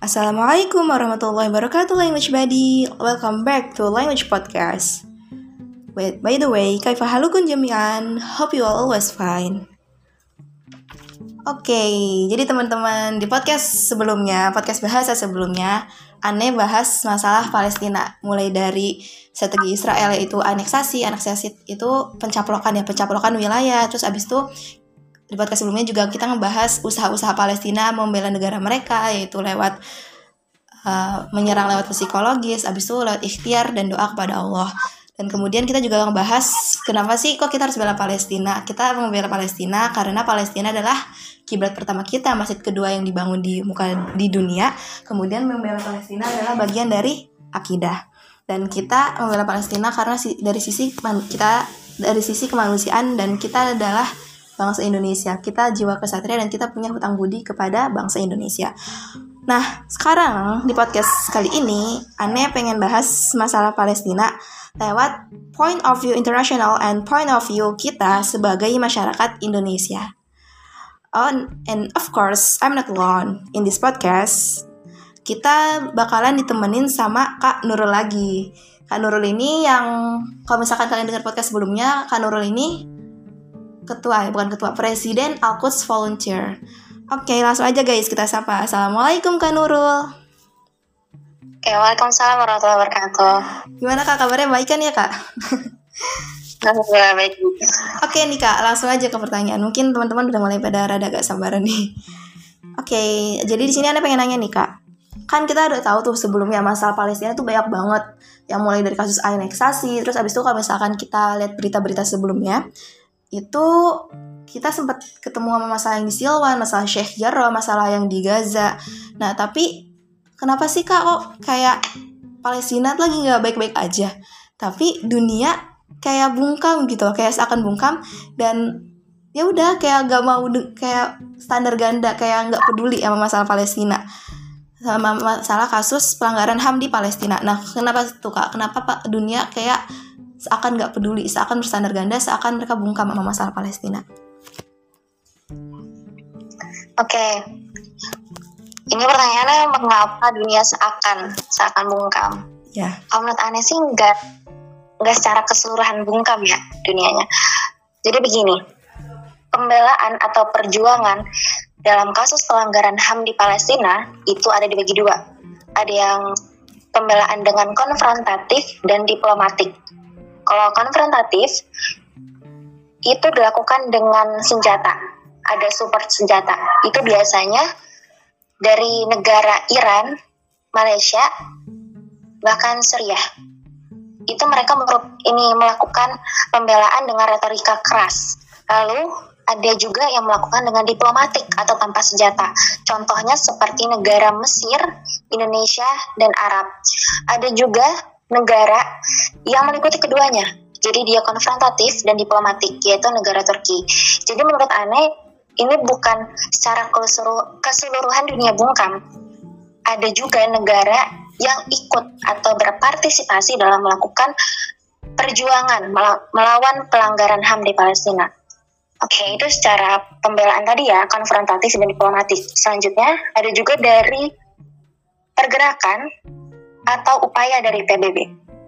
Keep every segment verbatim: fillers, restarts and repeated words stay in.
Assalamualaikum warahmatullahi wabarakatuh, language buddy. Welcome back to Language Podcast. Wait, by the way, kaifa halukum jami'an? Hope you all always fine. Oke, okay, jadi teman-teman di podcast sebelumnya, podcast bahasa sebelumnya, Ane bahas masalah Palestina, mulai dari strategi Israel yaitu aneksasi, aneksasi itu pencaplokan ya, pencaplokan wilayah. Terus abis itu di podcast sebelumnya juga kita ngebahas usaha-usaha Palestina membela negara mereka, yaitu lewat uh, menyerang lewat psikologis, abis itu lewat ikhtiar dan doa kepada Allah. Dan kemudian kita juga ngebahas kenapa sih kok kita harus bela Palestina. Kita membela Palestina karena Palestina adalah kiblat pertama kita, masjid kedua yang dibangun di muka di dunia. Kemudian membela Palestina adalah bagian dari akidah. Dan kita membela Palestina karena si, dari sisi kita dari sisi kemanusiaan, dan kita adalah bangsa Indonesia. Kita jiwa kesatria dan kita punya hutang budi kepada bangsa Indonesia. Nah, sekarang di podcast kali ini Ane pengen bahas masalah Palestina lewat point of view international and point of view kita sebagai masyarakat Indonesia. Oh, and of course, I'm not alone in this podcast. Kita bakalan ditemenin sama Kak Nurul lagi. Kak Nurul ini yang, kalau misalkan kalian dengar podcast sebelumnya, Kak Nurul ini ketua, bukan ketua, presiden Al-Quds Volunteer. Oke, langsung aja guys kita sapa. Assalamualaikum Kak Nurul. Oke, waalaikumsalam warahmatullahi wabarakatuh. Gimana Kak, kabarnya baik kan ya Kak? Alhamdulillah baik. Oke nih Kak, langsung aja ke pertanyaan. Mungkin teman-teman udah mulai pada rada gak sabaran nih. Oke, jadi di sini Anda pengen nanya nih Kak. Kan kita udah tahu tuh sebelumnya masalah Palestina tuh banyak banget, yang mulai dari kasus aneksasi, terus abis itu kalau misalkan kita lihat berita-berita sebelumnya, itu kita sempat ketemu sama masalah yang di Silwan, masalah Sheikh Jarrah, masalah yang di Gaza. Nah, tapi kenapa sih Kak kok kayak Palestina lagi nggak baik-baik aja, tapi dunia kayak bungkam gitu, kayak seakan bungkam, dan ya udah kayak nggak mau de- kayak standar ganda, kayak nggak peduli sama masalah Palestina, sama masalah kasus pelanggaran H A M di Palestina. Nah, kenapa tuh Kak? Kenapa Pak dunia kayak seakan gak peduli, seakan berstandar ganda, seakan mereka bungkam sama masalah Palestina? Oke, ini pertanyaannya mengapa dunia seakan seakan bungkam? Ya. Kalau menurut Ane sih nggak nggak secara keseluruhan bungkam ya dunianya. Jadi begini, pembelaan atau perjuangan dalam kasus pelanggaran H A M di Palestina itu ada dibagi dua. Ada yang pembelaan dengan konfrontatif dan diplomatik. Kalau konfrontatif itu dilakukan dengan senjata, ada support senjata. Itu biasanya dari negara Iran, Malaysia, bahkan Suriah. Itu mereka merup, ini melakukan pembelaan dengan retorika keras. Lalu ada juga yang melakukan dengan diplomatik atau tanpa senjata. Contohnya seperti negara Mesir, Indonesia, dan Arab. Ada juga negara yang meliputi keduanya, jadi dia konfrontatif dan diplomatik, yaitu negara Turki. Jadi menurut Ane ini bukan secara keseluruhan dunia bungkam. Ada juga negara yang ikut atau berpartisipasi dalam melakukan perjuangan melawan pelanggaran H A M di Palestina. Oke, itu secara pembelaan tadi ya, konfrontatif dan diplomatik. Selanjutnya ada juga dari pergerakan atau upaya dari P B B.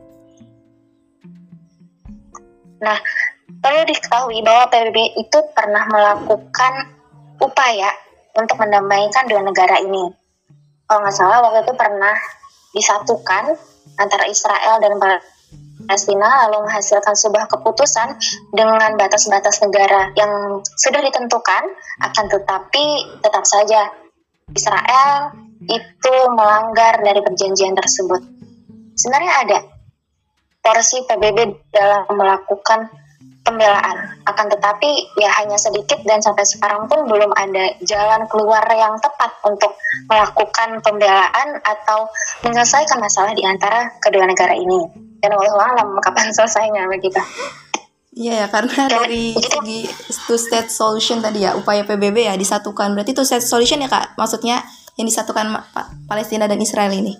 Nah, perlu diketahui bahwa P B B itu pernah melakukan upaya untuk mendamaikan dua negara ini. Kalau nggak salah, waktu itu pernah disatukan antara Israel dan Palestina, lalu menghasilkan sebuah keputusan dengan batas-batas negara yang sudah ditentukan, akan tetapi tetap saja Israel itu melanggar dari perjanjian tersebut. Sebenarnya ada porsi P B B dalam melakukan pembelaan, akan tetapi ya hanya sedikit, dan sampai sekarang pun belum ada jalan keluar yang tepat untuk melakukan pembelaan atau menyelesaikan masalah di antara kedua negara ini. Dan wallahu a'lam kapan selesainya begitu. Iya ya, karena Dan, dari jadi, segi two state solution tadi ya, upaya P B B ya disatukan. Berarti two state solution ya Kak, maksudnya yang disatukan Palestina dan Israel ini.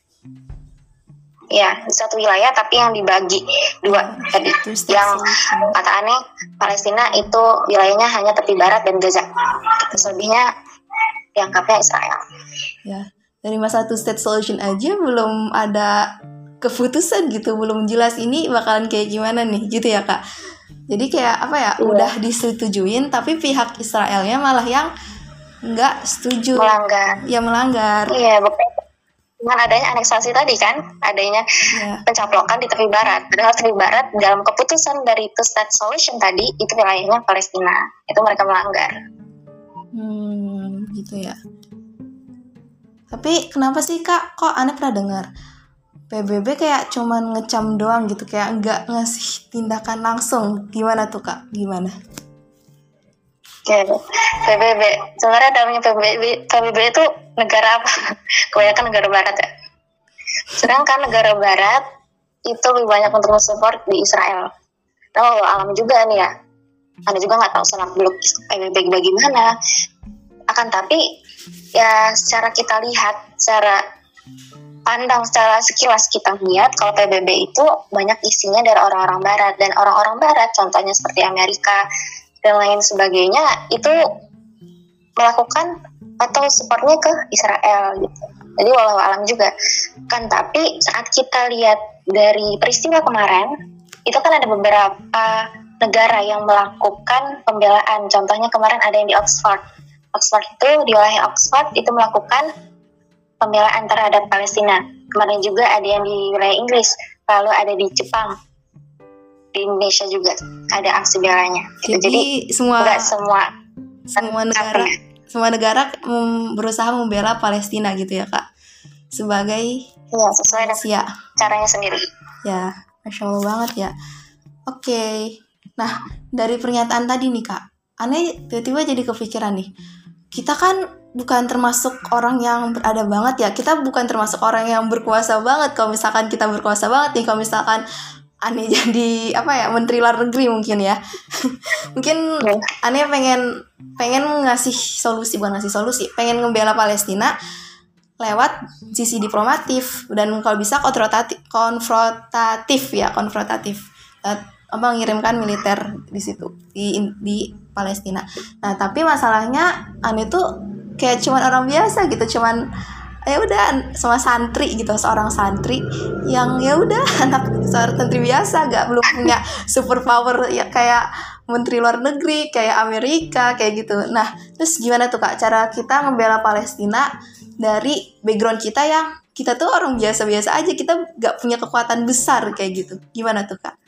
Ya, satu wilayah tapi yang dibagi dua tadi. Yang kata aneh, Palestina itu wilayahnya hanya tepi barat dan Gaza. Selebihnya dianggapnya Israel. Ya. dari masalah two state solution aja belum ada keputusan gitu, belum jelas ini bakalan kayak gimana nih gitu ya Kak. Jadi kayak apa ya, Iya. udah disetujuin tapi pihak Israelnya malah yang nggak setuju, melanggar. ya melanggar. Iya, betul. Dengan adanya aneksasi tadi kan, adanya Ya. pencaplokan di tepi barat. Padahal tepi barat dalam keputusan dari two state solution tadi itu wilayahnya Palestina. Itu mereka melanggar. Hmm, gitu ya. Tapi kenapa sih Kak, kok aneh pernah dengar P B B kayak cuman ngecam doang gitu, kayak nggak ngasih tindakan langsung. Gimana tuh Kak? Gimana? Oke, P B B. Sebenarnya dalamnya P B B, P B B itu negara apa? Kebanyakan negara barat ya. Sedangkan negara barat itu lebih banyak untuk mensupport di Israel. Nah, alam juga nih ya. Anda juga nggak tahu selak beluk P B B bagaimana. Akan tapi ya secara kita lihat, secara pandang, secara sekilas kita lihat kalau P B B itu banyak isinya dari orang-orang barat, dan orang-orang barat contohnya seperti Amerika dan lain sebagainya itu melakukan atau supportnya ke Israel gitu. Jadi walau alam juga kan, tapi saat kita lihat dari peristiwa kemarin itu kan ada beberapa negara yang melakukan pembelaan. Contohnya kemarin ada yang di Oxford. Oxford itu di wilayah Oxford itu melakukan pembelaan terhadap Palestina. Kemarin juga ada yang di wilayah Inggris, lalu ada di Jepang, di Indonesia juga ada aksi belanya. Gitu. Jadi, Jadi semua nggak semua semua negara ya. semua negara mem- berusaha membela Palestina gitu ya Kak, sebagai Ya, sesuai dengan manusia. caranya sendiri. Ya, Masya Allah banget ya. Oke, nah dari pernyataan tadi nih Kak, aneh tiba-tiba jadi kepikiran nih. Kita kan bukan termasuk orang yang berada banget ya. Kita bukan termasuk orang yang berkuasa banget. Kalau misalkan kita berkuasa banget nih, kalau misalkan aneh jadi apa ya, menteri luar negeri mungkin ya. Mungkin aneh pengen pengen ngasih solusi, bukan ngasih solusi, pengen ngebela Palestina lewat sisi diplomatif, dan kalau bisa konfrontatif, konfrontatif ya, konfrontatif. Apa mengirimkan militer di situ di di Palestina. Nah, tapi masalahnya aneh tuh kayak cuman orang biasa gitu, cuman ya udah sama santri gitu, seorang santri yang ya udah anak seorang santri biasa, gak belum punya super power ya kayak menteri luar negeri kayak Amerika kayak gitu. Nah, terus gimana tuh Kak cara kita membela Palestina dari background kita yang kita tuh orang biasa-biasa aja, kita gak punya kekuatan besar kayak gitu. Gimana tuh Kak?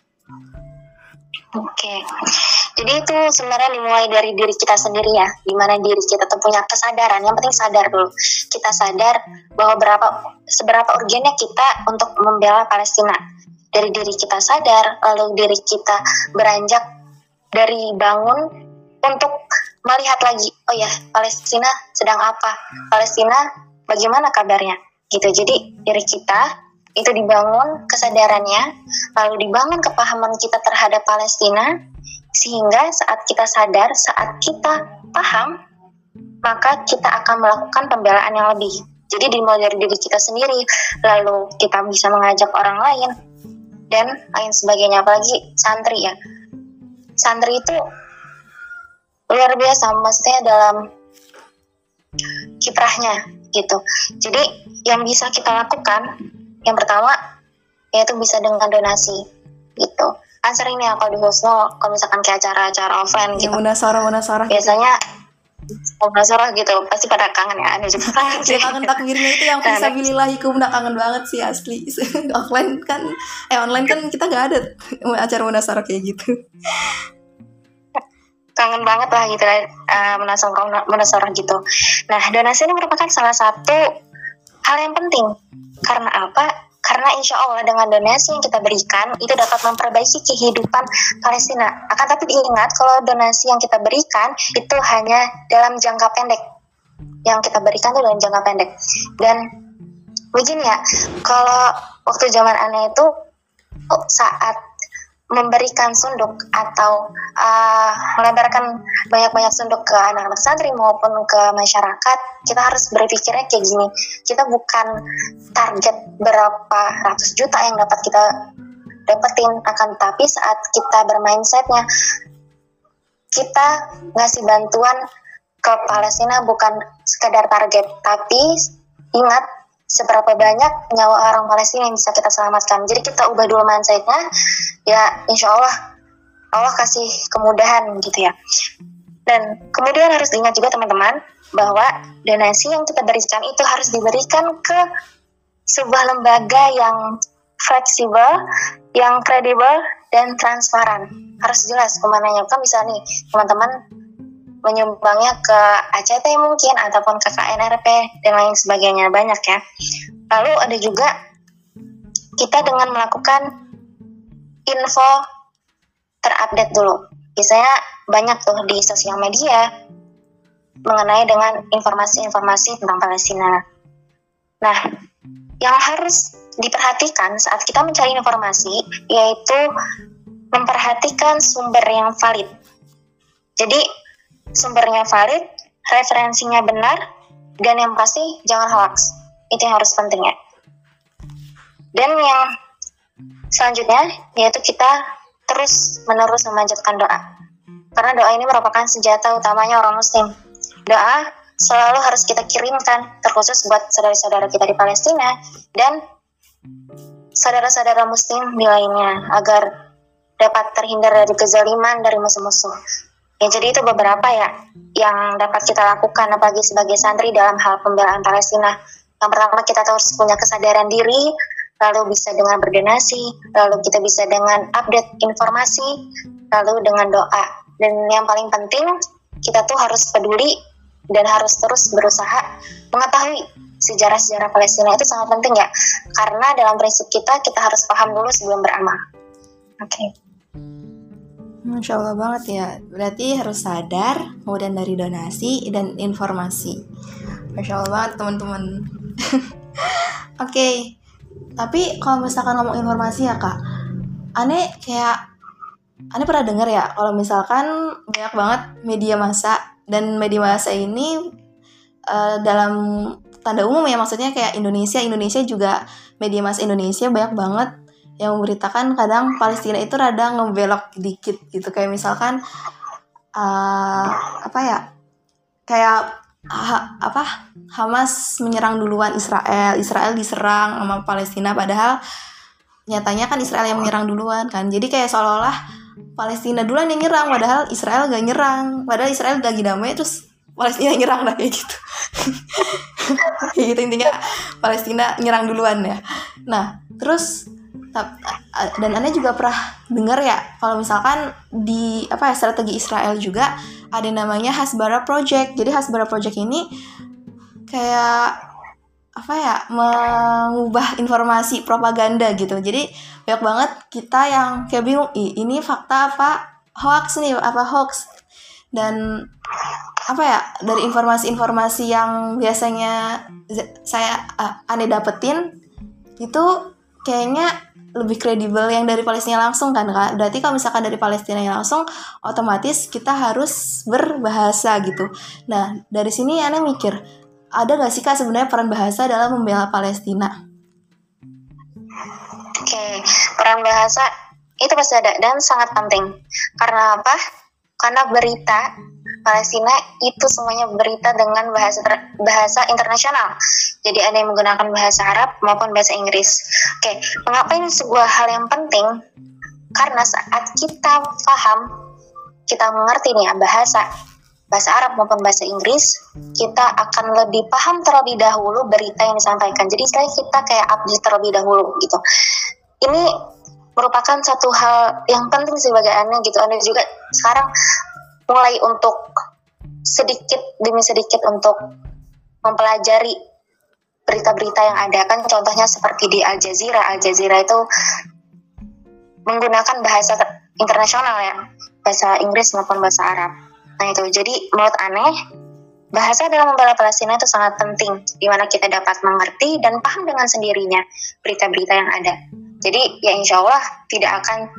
Oke, jadi itu sebenarnya dimulai dari diri kita sendiri ya, dimana diri kita tuh punya kesadaran. Yang penting sadar dulu, kita sadar bahwa berapa seberapa urgennya kita untuk membela Palestina. Dari diri kita sadar, lalu diri kita beranjak dari bangun untuk melihat lagi, oh ya Palestina sedang apa, Palestina bagaimana kabarnya, gitu. Jadi diri kita itu dibangun kesadarannya, lalu dibangun kepahaman kita terhadap Palestina, sehingga saat kita sadar, saat kita paham, maka kita akan melakukan pembelaan yang lebih. Jadi dimulai dari diri kita sendiri, lalu kita bisa mengajak orang lain, dan lain sebagainya. Apalagi santri ya, santri itu luar biasa, maksudnya dalam kiprahnya gitu. Jadi yang bisa kita lakukan, yang pertama yaitu bisa dengan donasi gitu. Kan sering nih kalau di Husno, kalau misalkan kayak acara-acara offline gitu, Ya, munasara munasara biasanya munasara gitu, pasti pada kangen ya. Ada juga kangen sih. Ya, kangen takbirnya itu yang bisa bilillahikum, udah kangen banget sih asli. Offline kan, eh online kan kita nggak ada acara munasara kayak gitu. Kangen banget lah gitu, uh, munasara munasara gitu. Nah, donasi ini merupakan salah satu hal yang penting. Karena apa? Karena insya Allah dengan donasi yang kita berikan itu dapat memperbaiki kehidupan Palestina. Akan tapi ingat, kalau donasi yang kita berikan itu hanya dalam jangka pendek. Yang kita berikan itu dalam jangka pendek. Dan begini ya, kalau waktu zaman aneh itu saat memberikan sunduk atau uh, melebarkan banyak-banyak sunduk ke anak-anak santri maupun ke masyarakat, kita harus berpikirnya kayak gini, kita bukan target berapa ratus juta yang dapat kita dapetin, akan tapi saat kita bermindsetnya kita ngasih bantuan ke Palestina bukan sekedar target, tapi ingat seberapa banyak nyawa orang Palestina yang bisa kita selamatkan. Jadi kita ubah dulu mindset-nya, ya insya Allah Allah kasih kemudahan gitu ya. Dan kemudian harus diingat juga teman-teman bahwa donasi yang kita berikan itu harus diberikan ke sebuah lembaga yang fleksibel, yang kredibel dan transparan. Harus jelas kemananya. Kan bisa nih teman-teman menyumbangnya ke A C T mungkin ataupun ke K N R P dan lain sebagainya, banyak ya. Lalu ada juga kita dengan melakukan info terupdate dulu. Biasanya banyak tuh di sosial media mengenai dengan informasi-informasi tentang Palestina. Nah, yang harus diperhatikan saat kita mencari informasi yaitu memperhatikan sumber yang valid. Jadi sumbernya valid, referensinya benar, dan yang pasti jangan hoax. Itu yang harus penting ya. Dan yang selanjutnya yaitu kita terus menerus memanjatkan doa. Karena doa ini merupakan senjata utamanya orang muslim. Doa selalu harus kita kirimkan, terkhusus buat saudara-saudara kita di Palestina dan saudara-saudara muslim di lainnya, agar dapat terhindar dari kezaliman dari musuh-musuh. Ya, jadi itu beberapa ya yang dapat kita lakukan apalagi sebagai santri dalam hal pembelaan Palestina. Yang pertama, kita harus punya kesadaran diri, lalu bisa dengan berdonasi, lalu kita bisa dengan update informasi, lalu dengan doa. Dan yang paling penting, kita tuh harus peduli dan harus terus berusaha mengetahui sejarah-sejarah Palestina. Itu sangat penting ya, karena dalam prinsip kita, kita harus paham dulu sebelum beramal. Oke. Okay. Masya Allah banget ya. Berarti harus sadar, kemudian dari donasi dan informasi. Masya Allah banget teman-teman. Oke, okay. Tapi kalau misalkan ngomong informasi ya kak, Ane kayak Ane pernah dengar ya kalau misalkan banyak banget media massa, dan media massa ini uh, dalam tanda umum ya, maksudnya kayak Indonesia Indonesia juga media massa Indonesia banyak banget yang memberitakan kadang Palestina itu rada ngebelok dikit gitu, kayak misalkan uh, apa ya kayak ha, apa Hamas menyerang duluan Israel, Israel diserang sama Palestina, padahal nyatanya kan Israel yang menyerang duluan kan. Jadi kayak seolah-olah Palestina duluan yang nyerang, padahal Israel gak nyerang, padahal Israel lagi damai terus Palestina nyerang lah kayak gitu. Kayak gitu intinya, Palestina nyerang duluan ya. Nah terus dan Anda juga pernah dengar ya kalau misalkan di apa ya strategi Israel juga ada namanya Hasbara Project. Jadi Hasbara Project ini kayak apa ya, mengubah informasi propaganda gitu. Jadi banyak banget kita yang kayak bingung, ini fakta apa hoax nih, apa hoax. Dan apa ya, dari informasi-informasi yang biasanya saya Ane dapetin itu kayaknya lebih kredibel yang dari Palestina langsung kan Kak. Berarti kalau misalkan dari Palestina yang langsung, otomatis kita harus berbahasa gitu. Nah dari sini Ane mikir, ada gak sih Kak sebenarnya peran bahasa dalam membela Palestina? Oke, okay. Peran bahasa itu pasti ada dan sangat penting. Karena apa? Karena berita Palestina itu semuanya berita dengan bahasa ter- bahasa internasional. Jadi ada yang menggunakan bahasa Arab maupun bahasa Inggris. Oke, mengapa ini sebuah hal yang penting? Karena saat kita paham, kita mengerti nih bahasa bahasa Arab maupun bahasa Inggris, kita akan lebih paham terlebih dahulu berita yang disampaikan. Jadi sekali kita kayak update terlebih dahulu gitu. Ini merupakan satu hal yang penting sebagai Anda gitu. Anda juga sekarang mulai untuk sedikit demi sedikit untuk mempelajari berita-berita yang ada. Kan contohnya seperti di Al Jazeera. Al Jazeera itu menggunakan bahasa internasional ya, bahasa Inggris maupun bahasa Arab. Nah itu, jadi menurut aneh, bahasa dalam membela Palestina itu sangat penting, di mana kita dapat mengerti dan paham dengan sendirinya berita-berita yang ada. Jadi ya insya Allah tidak akan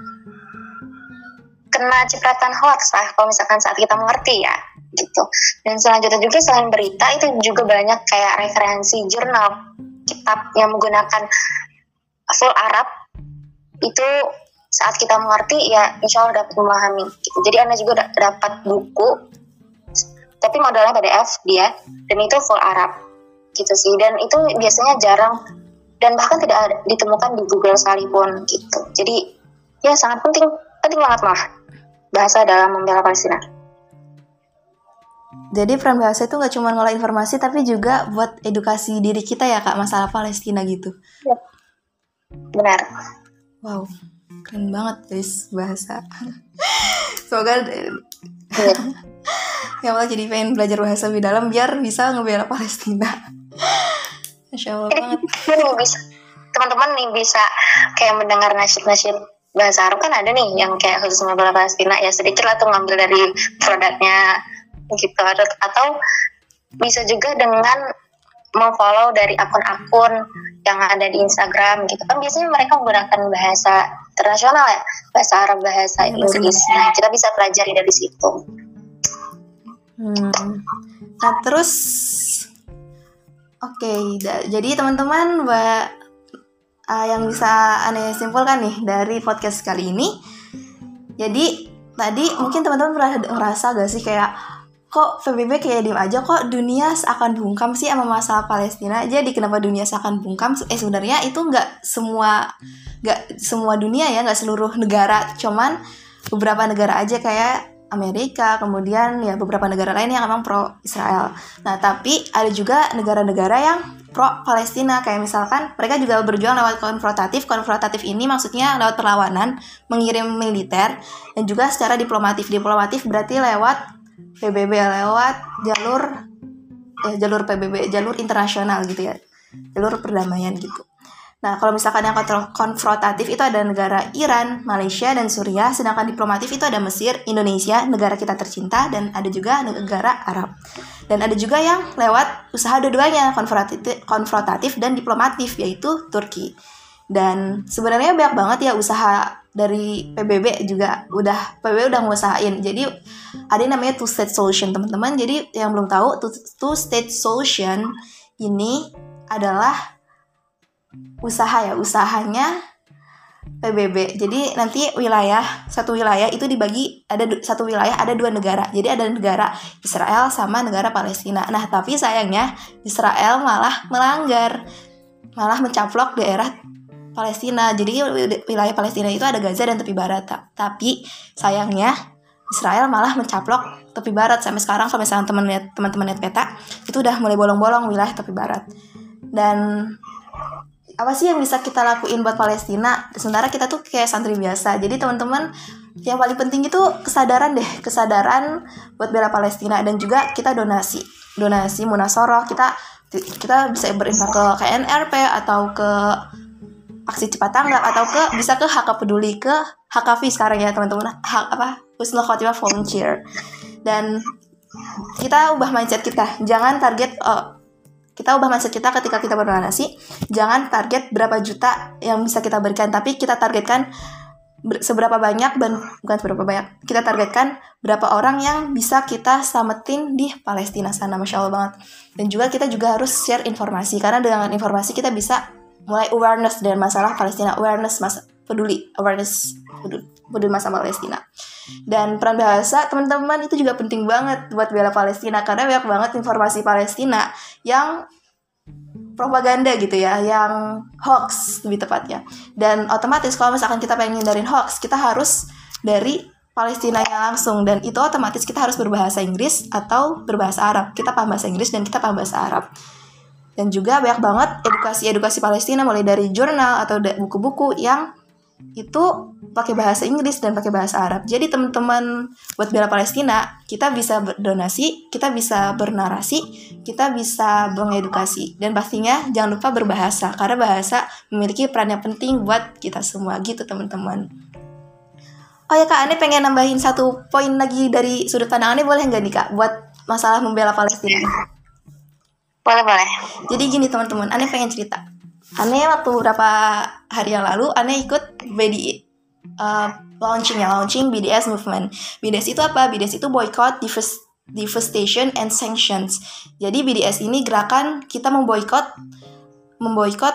kena cipratan hoax lah kalau misalkan saat kita mengerti ya gitu. Dan selanjutnya juga selain berita itu juga banyak kayak referensi jurnal, kitab yang menggunakan full Arab. Itu saat kita mengerti ya insya Allah dapat memahami gitu. Jadi Anda juga d- dapat buku tapi modelnya P D F dia, dan itu full Arab. gitu sih. Dan itu biasanya jarang dan bahkan tidak ada, ditemukan di Google sekalipun gitu. Jadi ya sangat penting, penting banget malah bahasa dalam membela Palestina. Jadi peran bahasa itu nggak cuma ngolah informasi tapi juga buat edukasi diri kita ya Kak, masalah Palestina gitu. Ya. Benar. Wow, keren banget guys bahasa. Semoga Ya. ya Allah jadi pengen belajar bahasa lebih dalam biar bisa ngebela Palestina. Masya Allah banget. Nih bisa, teman-teman nih bisa kayak mendengar nasyid-nasyid bahasa Arab kan ada nih yang kayak khusus membela Palestina, ya sedikit lah tuh ngambil dari produknya gitu. Atau bisa juga dengan memfollow dari akun-akun yang ada di Instagram gitu kan, biasanya mereka menggunakan bahasa internasional ya, bahasa Arab, bahasa Inggris. Nah kita bisa pelajari dari situ. Hmm. Nah terus oke, okay, da- jadi teman-teman mbak uh, yang bisa aneh simpulkan nih dari podcast kali ini. Jadi tadi mungkin teman-teman pernah ngerasa gak sih kayak kok P B B kayak diem aja, kok dunia seakan bungkam sih sama masalah Palestina. Jadi kenapa dunia seakan bungkam? Eh sebenarnya itu nggak semua nggak semua dunia ya, nggak seluruh negara, cuman beberapa negara aja kayak Amerika, kemudian ya beberapa negara lain yang emang pro Israel. Nah tapi ada juga negara-negara yang pro Palestina, kayak misalkan mereka juga berjuang lewat konfrontatif. Konfrontatif ini maksudnya lewat perlawanan, mengirim militer, dan juga secara diplomatif. Diplomatif berarti lewat P B B, lewat jalur ya jalur P B B, jalur internasional gitu ya, jalur perdamaian gitu. Nah kalau misalkan yang konfrontatif itu ada negara Iran, Malaysia, dan Suriah. Sedangkan diplomatif itu ada Mesir, Indonesia, negara kita tercinta, dan ada juga negara Arab. Dan ada juga yang lewat usaha dua-duanya, konfrontatif, konfrontatif dan diplomatif, yaitu Turki. Dan sebenarnya banyak banget ya usaha dari P B B juga udah P B B udah ngusahain. Jadi ada yang namanya two state solution teman-teman. Jadi yang belum tahu, two, two state solution ini adalah usaha ya, usahanya P B B. Jadi nanti wilayah, satu wilayah itu dibagi, ada satu wilayah ada dua negara. Jadi ada negara Israel sama negara Palestina. Nah tapi sayangnya Israel malah melanggar, malah mencaplok daerah Palestina. Jadi wilayah Palestina itu ada Gaza dan tepi barat. Tapi sayangnya Israel malah mencaplok tepi barat. Sampai sekarang kalau misalnya teman lihat teman-teman lihat peta, itu udah mulai bolong-bolong wilayah tepi barat. Dan apa sih yang bisa kita lakuin buat Palestina? Sementara kita tuh kayak santri biasa. Jadi teman-teman, yang paling penting itu kesadaran deh, kesadaran buat bela Palestina, dan juga kita donasi, donasi munasoroh. Kita kita bisa berinfak ke K N R P atau ke aksi cepat tanggap atau ke bisa ke H K peduli, ke H K V sekarang ya teman-teman. Hak apa? Husnul Khotimah volunteer. Dan kita ubah mindset kita. Jangan target uh, Kita ubah mindset kita ketika kita berdonasi. Jangan target berapa juta yang bisa kita berikan, tapi kita targetkan ber- seberapa banyak, dan bukan seberapa banyak, kita targetkan berapa orang yang bisa kita selamatin di Palestina sana. Masya Allah banget. Dan juga kita juga harus share informasi, karena dengan informasi kita bisa mulai awareness dengan masalah Palestina, awareness masa peduli, awareness peduli, peduli masalah Palestina. Dan peran bahasa teman-teman itu juga penting banget buat bela Palestina, karena banyak banget informasi Palestina yang propaganda gitu ya, yang hoax lebih tepatnya. Dan otomatis kalau misalkan kita pengen hindarin hoax, kita harus dari Palestinanya langsung, dan itu otomatis kita harus berbahasa Inggris atau berbahasa Arab. Kita paham bahasa Inggris dan kita paham bahasa Arab. Dan juga banyak banget edukasi-edukasi Palestina, mulai dari jurnal atau buku-buku yang itu pakai bahasa Inggris dan pakai bahasa Arab. Jadi teman-teman buat bela Palestina, kita bisa berdonasi, kita bisa bernarasi, kita bisa mengedukasi, dan pastinya jangan lupa berbahasa, karena bahasa memiliki peran yang penting buat kita semua gitu teman-teman. Oh ya Kak, Ane pengen nambahin satu poin lagi dari sudut pandang Ane, boleh nggak nih Kak, buat masalah membela Palestina? Boleh boleh. Jadi gini teman-teman, Ane pengen cerita. Ane waktu beberapa hari yang lalu, Ane ikut B D uh, launching ya, launching B D S movement. B D S itu apa? B D S itu boycott, devastation, and sanctions. Jadi B D S ini gerakan kita memboikot, memboikot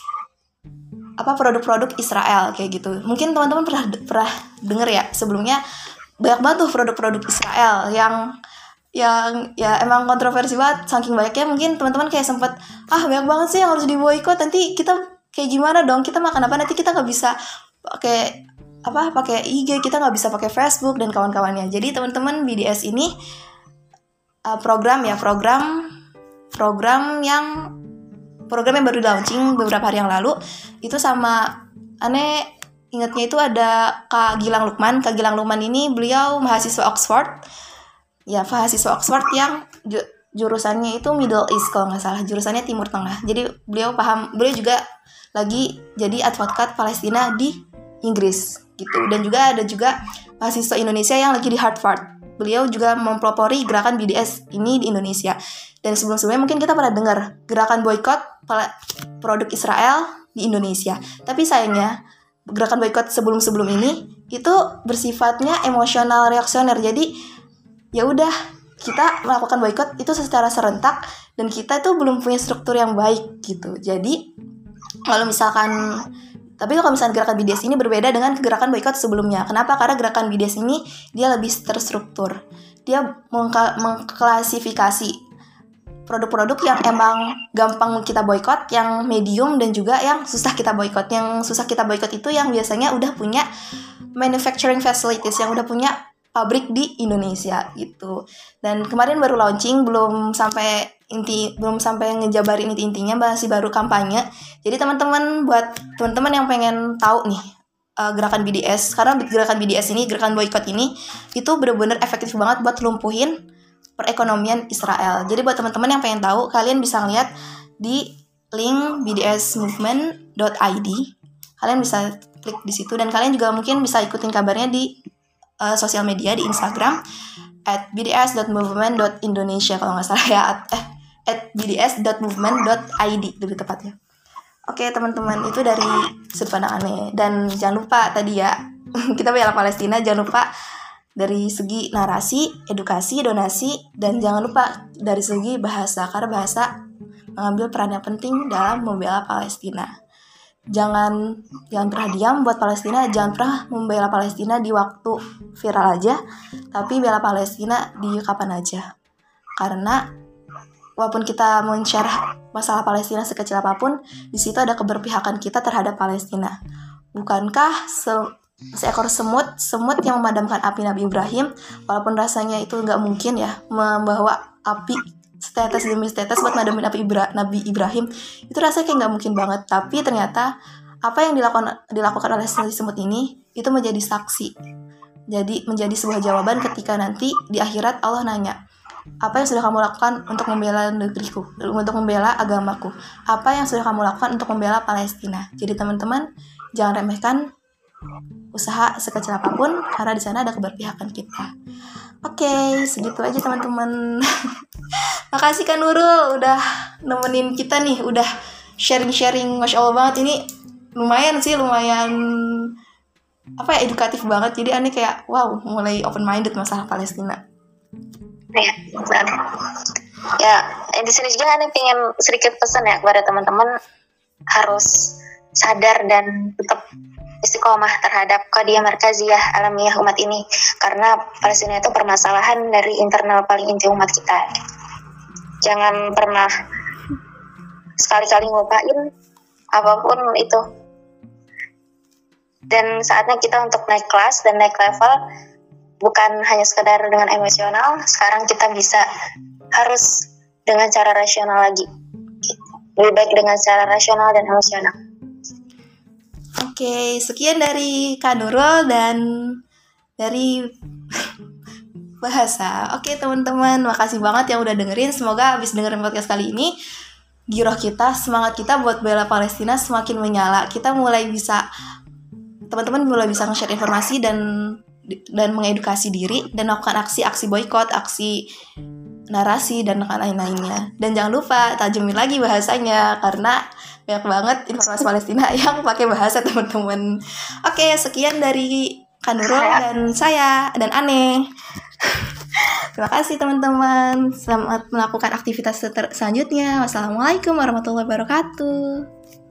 apa produk-produk Israel kayak gitu. Mungkin teman-teman pernah pernah dengar ya sebelumnya, banyak banget tuh produk-produk Israel yang yang ya emang kontroversi banget, saking banyaknya mungkin teman-teman kayak sempet ah banyak banget sih yang harus diboikot, nanti kita kayak gimana dong, kita makan apa, nanti kita nggak bisa pakai apa pakai I G, kita nggak bisa pakai Facebook dan kawan-kawannya. Jadi teman-teman B D S ini uh, program ya program program yang program yang baru launching beberapa hari yang lalu itu sama aneh ingatnya itu ada Kak Gilang Lukman. Kak Gilang Lukman ini beliau mahasiswa Oxford. Ya, mahasiswa Oxford yang ju- jurusannya itu Middle East kalau nggak salah, jurusannya Timur Tengah. Jadi beliau paham, beliau juga lagi jadi advokat Palestina di Inggris gitu. Dan juga ada juga mahasiswa Indonesia yang lagi di Harvard. Beliau juga mempelopori gerakan B D S ini di Indonesia. Dan sebelum-sebelumnya mungkin kita pernah dengar gerakan boykot produk Israel di Indonesia. Tapi sayangnya gerakan boykot sebelum-sebelum ini itu bersifatnya emosional reaksioner. Jadi ya udah kita melakukan boykot itu secara serentak dan kita tuh belum punya struktur yang baik gitu. Jadi kalau misalkan tapi kalau misalkan gerakan B D S ini berbeda dengan gerakan boykot sebelumnya. Kenapa? Karena gerakan B D S ini dia lebih terstruktur. Dia mengka- mengklasifikasi produk-produk yang emang gampang kita boykot, yang medium dan juga yang susah kita boykot. Yang susah kita boykot itu yang biasanya udah punya manufacturing facilities, yang udah punya pabrik di Indonesia gitu. Dan kemarin baru launching, belum sampai inti belum sampai ngejabarin inti-intinya, masih baru kampanye. Jadi teman-teman, buat teman-teman yang pengen tahu nih uh, gerakan B D S, karena gerakan B D S ini, gerakan boykot ini itu benar-benar efektif banget buat lumpuhin perekonomian Israel. Jadi buat teman-teman yang pengen tahu, kalian bisa ngeliat di link b d s movement dot i d. Kalian bisa klik di situ dan kalian juga mungkin bisa ikutin kabarnya di Uh, sosial media di Instagram at b d s dot movement dot indonesia kalau nggak salah ya, at, eh, at b d s dot movement dot i d lebih tepatnya. Oke teman-teman, itu dari sudut pandang aneh. Dan jangan lupa tadi ya kita bela Palestina, jangan lupa dari segi narasi, edukasi, donasi, dan jangan lupa dari segi bahasa, karena bahasa mengambil peran yang penting dalam membela Palestina. Jangan jangan pernah diam buat Palestina, jangan pernah membela Palestina di waktu viral aja, tapi bela Palestina di kapan aja. Karena walaupun kita men-share masalah Palestina sekecil apapun, di situ ada keberpihakan kita terhadap Palestina. Bukankah se- seekor semut, semut yang memadamkan api Nabi Ibrahim, walaupun rasanya itu nggak mungkin ya membawa api setetes demi setetes buat madamin Nabi, Ibra, Nabi Ibrahim, itu rasanya kayak nggak mungkin banget. Tapi ternyata apa yang dilakukan dilakukan oleh si semut ini itu menjadi saksi, jadi menjadi sebuah jawaban ketika nanti di akhirat Allah nanya, apa yang sudah kamu lakukan untuk membela negeriku, untuk membela agamaku, apa yang sudah kamu lakukan untuk membela Palestina. Jadi teman-teman, jangan remehkan usaha sekecil apapun, karena di sana ada keberpihakan kita. Oke, segitu aja teman-teman. Makasih Kak Nurul udah nemenin kita nih, udah sharing-sharing, Masya Allah banget. Ini lumayan sih, lumayan apa ya, edukatif banget. Jadi aneh kayak wow, mulai open minded masalah Palestina. Ya, benar. Ya, di sini juga aneh pengen sedikit pesan ya kepada teman-teman, harus sadar dan tetap istiqomah terhadap qadiyah markaziyah alamiah umat ini, karena Palestina itu permasalahan dari internal paling inti umat kita. Jangan pernah sekali-kali ngupain apapun itu. Dan saatnya kita untuk naik kelas dan naik level, bukan hanya sekedar dengan emosional. Sekarang kita bisa harus dengan cara rasional lagi. Lebih baik dengan cara rasional dan emosional. Oke, sekian dari Kak Nurul dan dari bahasa. Oke teman-teman, makasih banget yang udah dengerin. Semoga abis dengerin podcast kali ini, giroh kita, semangat kita buat bela Palestina semakin menyala. Kita mulai bisa, teman-teman mulai bisa nge-share informasi dan dan mengedukasi diri dan melakukan aksi-aksi boykot, aksi narasi dan lain-lainnya. Dan jangan lupa tajemin lagi bahasanya, karena banyak banget informasi Palestina yang pakai bahasa teman-teman. Oke, sekian dari Kak Nurul dan saya dan Aneh. Terima kasih teman-teman. Selamat melakukan aktivitas selanjutnya. Wassalamualaikum warahmatullahi wabarakatuh.